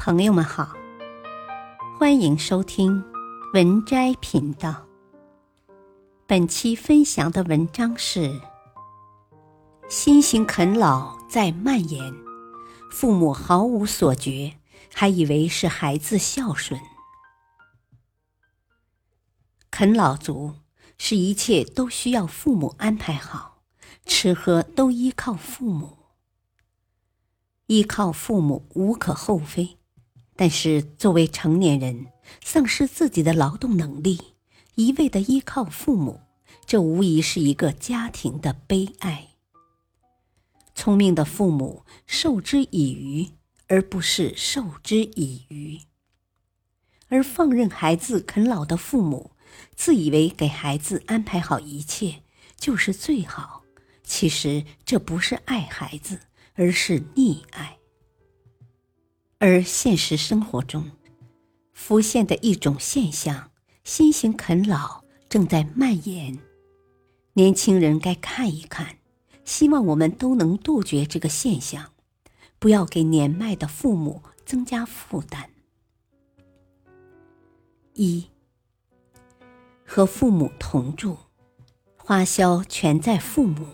朋友们好，欢迎收听文摘频道。本期分享的文章是新型啃老在蔓延，父母毫无所觉，还以为是孩子孝顺。啃老族是一切都需要父母安排好，吃喝都依靠父母。依靠父母无可厚非，但是作为成年人，丧失自己的劳动能力，一味地依靠父母，这无疑是一个家庭的悲哀。聪明的父母授之以鱼，而不是授之以渔。而放任孩子啃老的父母，自以为给孩子安排好一切就是最好，其实这不是爱孩子，而是溺爱。而现实生活中浮现的一种现象，新型啃老正在蔓延。年轻人该看一看，希望我们都能杜绝这个现象，不要给年迈的父母增加负担。一，和父母同住，花销全在父母。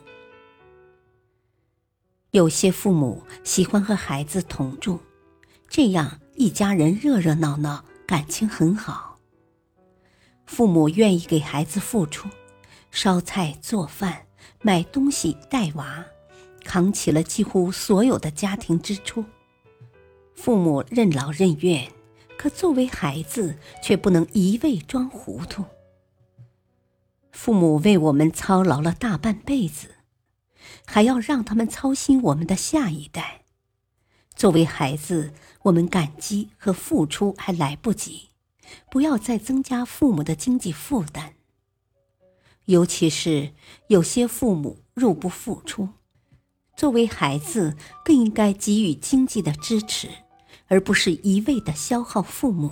有些父母喜欢和孩子同住，这样一家人热热闹闹，感情很好。父母愿意给孩子付出，烧菜做饭，买东西带娃，扛起了几乎所有的家庭支出。父母任劳任怨，可作为孩子却不能一味装糊涂。父母为我们操劳了大半辈子，还要让他们操心我们的下一代。作为孩子，我们感激和付出还来不及，不要再增加父母的经济负担。尤其是有些父母入不敷出，作为孩子更应该给予经济的支持，而不是一味地消耗父母。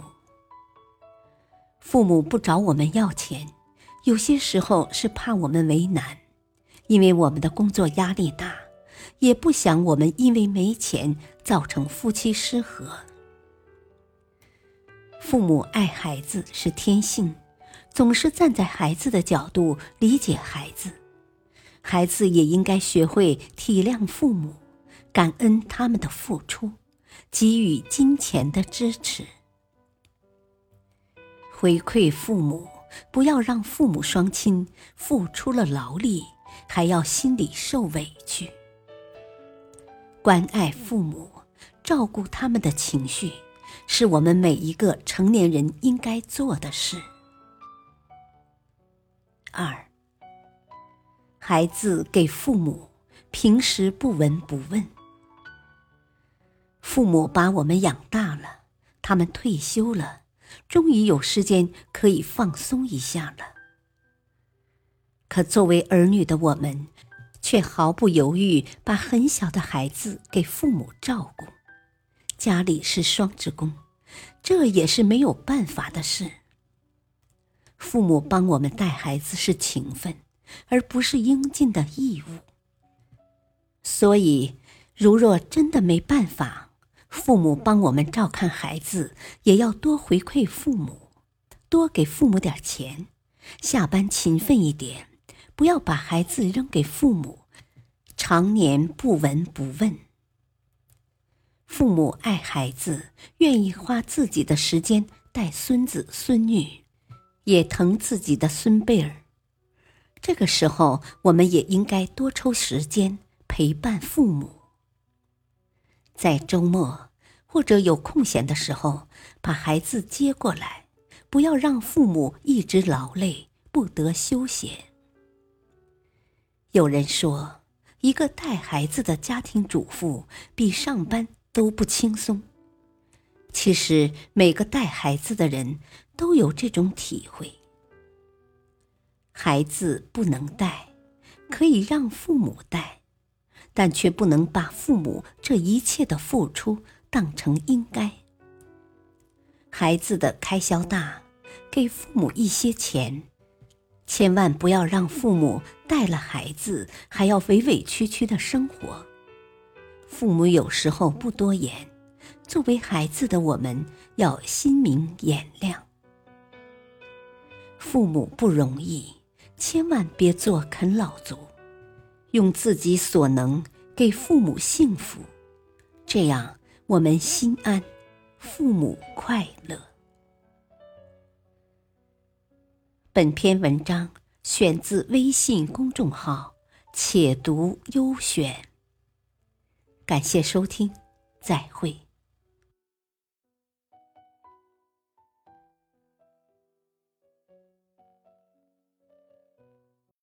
父母不找我们要钱，有些时候是怕我们为难，因为我们的工作压力大，也不想我们因为没钱造成夫妻失和。父母爱孩子是天性，总是站在孩子的角度理解孩子，孩子也应该学会体谅父母，感恩他们的付出，给予金钱的支持。回馈父母，不要让父母双亲付出了劳力，还要心里受委屈。关爱父母，照顾他们的情绪，是我们每一个成年人应该做的事。二，孩子给父母，平时不闻不问。父母把我们养大了，他们退休了，终于有时间可以放松一下了。可作为儿女的我们，却毫不犹豫把很小的孩子给父母照顾，家里是双职工，这也是没有办法的事。父母帮我们带孩子是情分，而不是应尽的义务。所以，如若真的没办法，父母帮我们照看孩子，也要多回馈父母，多给父母点钱，下班勤奋一点，不要把孩子扔给父母，常年不闻不问。父母爱孩子，愿意花自己的时间带孙子孙女，也疼自己的孙辈儿。这个时候，我们也应该多抽时间陪伴父母。在周末或者有空闲的时候，把孩子接过来，不要让父母一直劳累，不得休闲。有人说，一个带孩子的家庭主妇比上班都不轻松。其实每个带孩子的人都有这种体会。孩子不能带，可以让父母带，但却不能把父母这一切的付出当成应该。孩子的开销大，给父母一些钱，千万不要让父母带了孩子还要委委屈屈的生活。父母有时候不多言， 作为孩子的我们要心明眼亮。父母不容易，千万别做啃老族，用自己所能给父母幸福，这样我们心安，父母快乐。本篇文章选自微信公众号且读优选。感谢收听，再会。